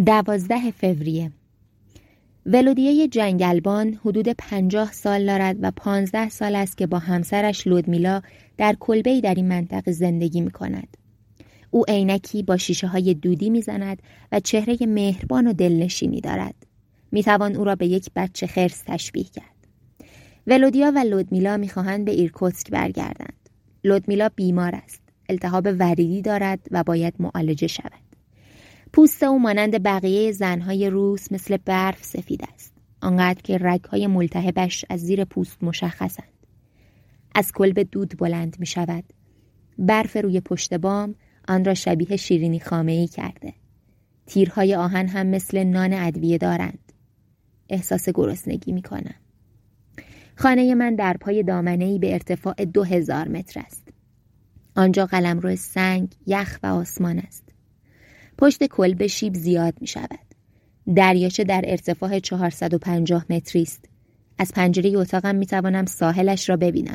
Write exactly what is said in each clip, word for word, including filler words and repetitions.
دوازده فوریه. ولودیا جنگلبان حدود پنجاه سال دارد و پانزده سال است که با همسرش لودمیلا در کلبه‌ای در این منطقه زندگی می کند. او عینکی با شیشه های دودی می زند و چهره مهربان و دلنشینی دارد. می توان او را به یک بچه خرس تشبیه کرد. ولودیا و لودمیلا می خواهند به ایرکوتسک برگردند. لودمیلا بیمار است. التهاب وریدی دارد و باید معالجه شود. پوست او مانند بقیه زنهای روس مثل برف سفید است. آنقدر که رگ‌های ملتهبش از زیر پوست مشخصند. از کلبه دود بلند می شود. برف روی پشت بام آن را شبیه شیرینی خامه‌ای کرده. تیرهای آهن هم مثل نان ادویه دارند. احساس گرسنگی می کنم. خانه من در پای دامنه‌ای به ارتفاع دو هزار متر است. آنجا قلمرو سنگ، یخ و آسمان است. پشت کلبه شیب زیاد می شود. دریاچه در ارتفاع چهارصد و پنجاه متری است. از پنجره اتاقم می توانم ساحلش را ببینم.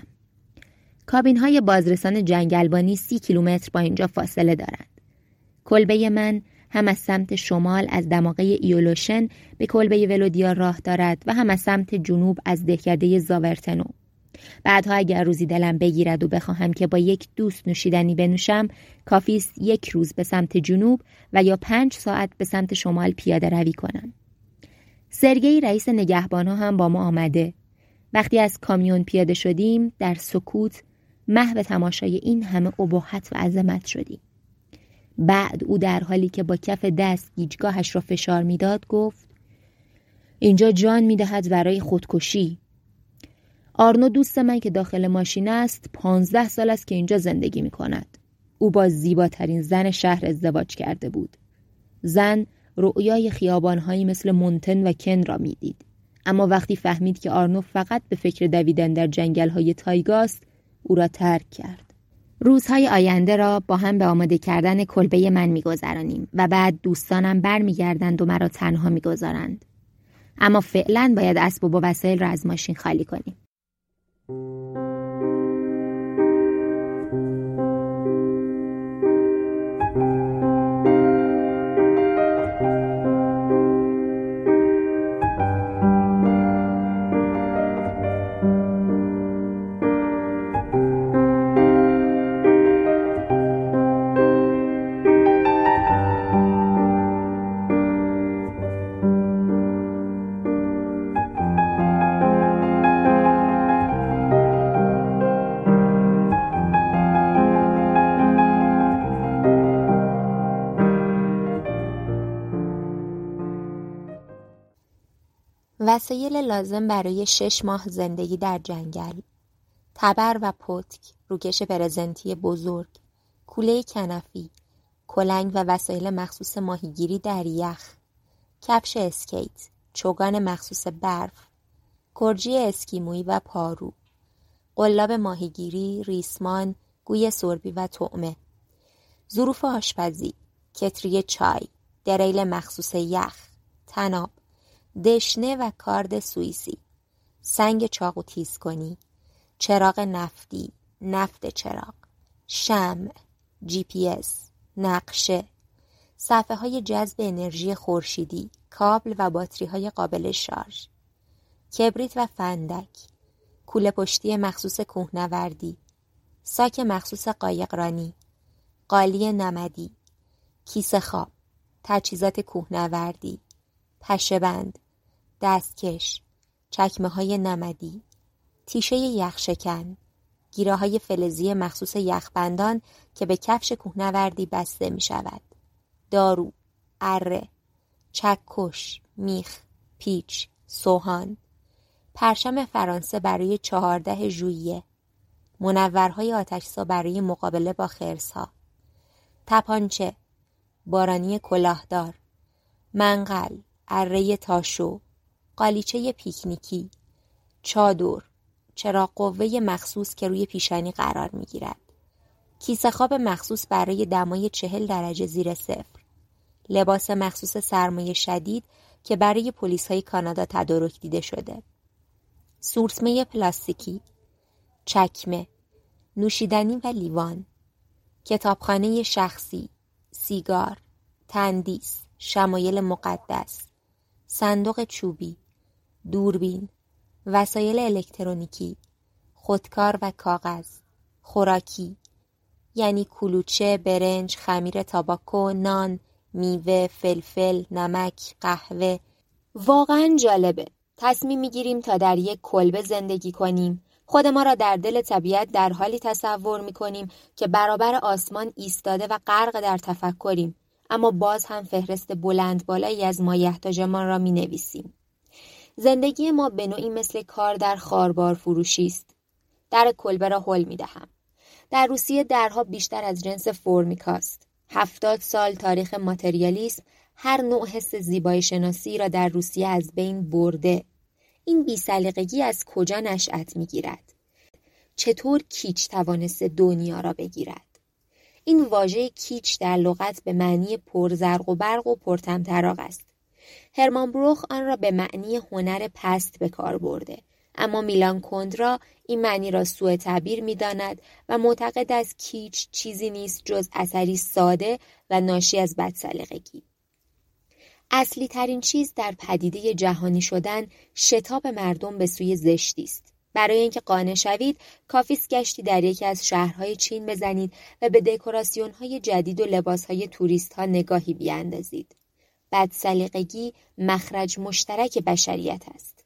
کابین های بازرسان جنگلبانی سی کیلومتر با اینجا فاصله دارند. کلبه من هم از سمت شمال از دماغه ایولوشن به کلبه ولودیا راه دارد و هم از سمت جنوب از دهکده زاورتنو. بعدها اگر روزی دلم بگیرد و بخواهم که با یک دوست نوشیدنی بنوشم، کافی است یک روز به سمت جنوب و یا پنج ساعت به سمت شمال پیاده روی کنم. سرگئی رئیس نگهبانها هم با ما آمده. وقتی از کامیون پیاده شدیم در سکوت محو تماشای این همه ابهت و عظمت شدیم. بعد او در حالی که با کف دست گیجگاهش را فشار میداد گفت: اینجا جان میدهد برای خودکشی. آرنو دوست من که داخل ماشین است پانزده سال است که اینجا زندگی می کند. او با زیباترین زن شهر ازدواج کرده بود. زن رؤیای خیابانهایی مثل مونتن و کن را می دید. اما وقتی فهمید که آرنو فقط به فکر دویدن در جنگل‌های تایگاست، او را ترک کرد. روزهای آینده را با هم به آماده کردن کلبه من می گذرانیم و بعد دوستانم بر می گردند و مرا تنها می گذارند. اما فعلا باید اسباب و وسایل را از ماشین خالی کنیم. وسایل لازم برای شش ماه زندگی در جنگل: تبر و پتک، روکش برزنتی بزرگ، کوله کنفی، کلنگ و وسایل مخصوص ماهیگیری در یخ، کفش اسکیت، چوگان مخصوص برف، کرجی اسکیمویی و پارو، قلاب ماهیگیری، ریسمان، گوی سربی و طعمه، ظروف آشپزی، کتری چای، دریل مخصوص یخ، طناب، دشنه و کارد سوئیسی، سنگ چاقو تیز کنی، چراغ نفتی، نفت چراغ، شمع، جی پی اس، نقشه، صفحه های جذب انرژی خورشیدی، کابل و باتری های قابل شارژ، کبریت و فندک، کوله پشتی مخصوص کوهنوردی، ساک مخصوص قایقرانی، قالی نمدی، کیسه خواب، تجهیزات کوهنوردی، پشه‌بند، دستکش، چکمه های نمدی، تیشه یخشکن، گیره های فلزی مخصوص یخبندان که به کفش کوهنوردی بسته می شود، دارو، اره، چکش، میخ، پیچ، سوهان، پرچم فرانسه برای چهارده ژوئیه، منورهای آتش‌سا برای مقابله با خرس‌ها، تپانچه، بارانی کلاهدار، منقل، اره تاشو، قالیچه پیکنیکی، چادر، چراغ قوه مخصوص که روی پیشانی قرار می گیرد، کیسه خواب مخصوص برای دمای چهل درجه زیر صفر، لباس مخصوص سرمایه شدید که برای پلیس های کانادا تدارک دیده شده، سورسمه پلاستیکی، چکمه، نوشیدنی و لیوان، کتابخانه شخصی، سیگار، تندیس، شمایل مقدس، صندوق چوبی، دوربین، وسایل الکترونیکی، خودکار و کاغذ، خوراکی، یعنی کلوچه، برنج، خمیر تاباکو، نان، میوه، فلفل، نمک، قهوه. واقعا جالبه. تصمیم میگیریم تا در یک کلبه زندگی کنیم. خود ما را در دل طبیعت در حالی تصور میکنیم که برابر آسمان ایستاده و غرق در تفکریم، اما باز هم فهرست بلند بالایی از مایحتاجمان را مینویسیم. زندگی ما به نوعی مثل کار در خاربار فروشی است. در کلبه را هل میدهم. در روسیه درها بیشتر از جنس فرمیکاست. هفتاد سال تاریخ ماتریالیسم هر نوع حس زیبایی شناسی را در روسیه از بین برده. این بی‌سلیقگی از کجا نشأت می‌گیرد؟ چطور کیچ توانسته دنیا را بگیرد؟ این واژه کیچ در لغت به معنی پرزرق و برق و پرطمطراق است. هرمان بروخ آن را به معنی هنر پست به کار برده، اما میلان کندرا این معنی را سوء تعبیر می‌داند و معتقد است کیچ چیزی نیست جز اثری ساده و ناشی از بدسلیقگی. اصلی ترین چیز در پدیده جهانی شدن شتاب مردم به سوی زشتی است. برای اینکه قانع شوید کافی است گشتی در یکی از شهرهای چین بزنید و به دکوراسیون‌های جدید و لباس‌های توریست‌ها نگاهی بیاندازید. بدسلیقگی مخرج مشترک بشریت است.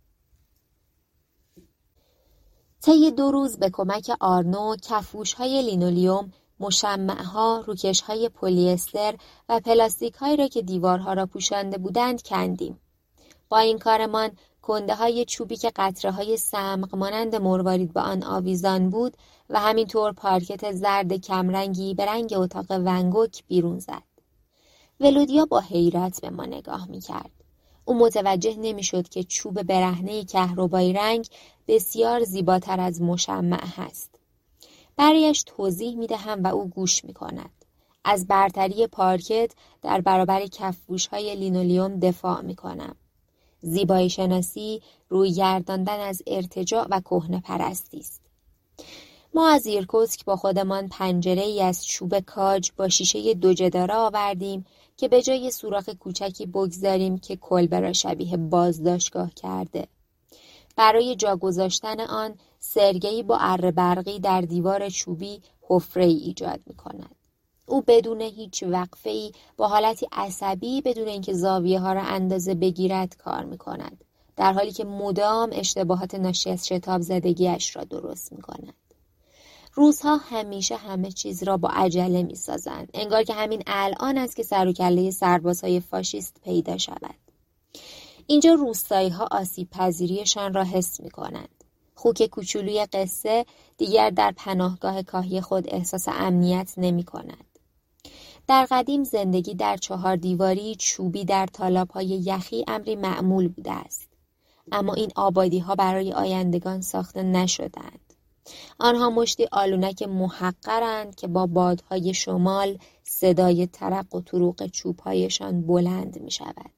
طی دو روز به کمک آرنو کفوش‌های لینولئوم، مشمع‌ها، روکش‌های پلی استر و پلاستیک‌هایی را که دیوارها را پوشانده بودند کندیم. با این کارمان کنده‌های چوبی که قطره‌های سمغ مانند مروارید به آن آویزان بود و همینطور پارکت زرد کمرنگی به رنگ اتاق ونگوک بیرون زد. ولودیا با حیرت به ما نگاه می‌کرد. او متوجه نمی‌شد که چوب برهنه کهربایی رنگ بسیار زیباتر از مشمع هست. برایش توضیح می‌دهم و او گوش می‌کند. از برتری پارکت در برابر کفپوش‌های لینولئوم دفاع می‌کنم. زیبایی شناسی روی گرداندن از ارتجاع و کهنه‌پرستی است. ما از ایرکوتسک با خودمان پنجره‌ای از چوب کاج با شیشه دو جداره آوردیم که به جای سوراخ کوچکی بگذاریم که کلبه را شبیه بازداشتگاه کرده. برای جا گذاشتن آن سرگه‌ای با اره برقی در دیوار چوبی حفره‌ای ایجاد می‌کند. او بدون هیچ وقفه‌ای با حالتی عصبی بدون اینکه زاویه‌ها را اندازه بگیرد کار می‌کند، در حالی که مدام اشتباهات ناشی از شتاب زدگیش را درست می‌کند. روزها همیشه همه چیز را با عجله می‌سازند، انگار که همین الان است که سر و کله سربازهای فاشیست پیدا شود. اینجا روستایی‌ها آسیب پذیریشان را حس می‌کنند. خوک کوچولوی قصه دیگر در پناهگاه کاهی خود احساس امنیت نمی‌کند. در قدیم زندگی در چهار دیواری چوبی در تالاب‌های یخی امری معمول بوده است. اما این آبادی‌ها برای آیندگان ساخته نشدند. آنها مشتی آلونک محقرند که با بادهای شمال صدای ترق و تروق چوب‌هایشان بلند می‌شود.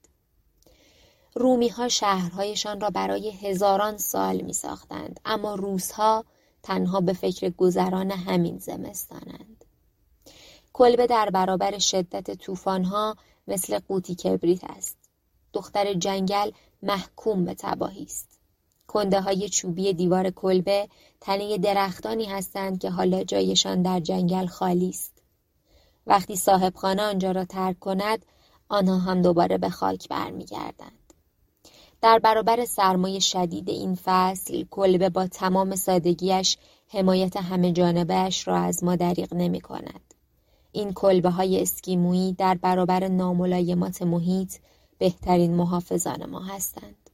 رومی‌ها شهرهایشان را برای هزاران سال می‌ساختند، اما روس‌ها تنها به فکر گذران همین زمستانند. کلبه در برابر شدت طوفان‌ها مثل قوطی کبریت است. دختر جنگل محکوم به تباهی است. کنده‌های چوبی دیوار کلبه تنه درختانی هستند که حالا جایشان در جنگل خالی است. وقتی صاحبخانه آنجا را ترک کند، آنها هم دوباره به خاک برمیگردند. در برابر سرمای شدید این فصل، کلبه با تمام سادگیش حمایت همه جانبه‌اش را از ما دریغ نمی کند. این کلبه‌های اسکیمویی در برابر ناملایمات محیط بهترین محافظان ما هستند.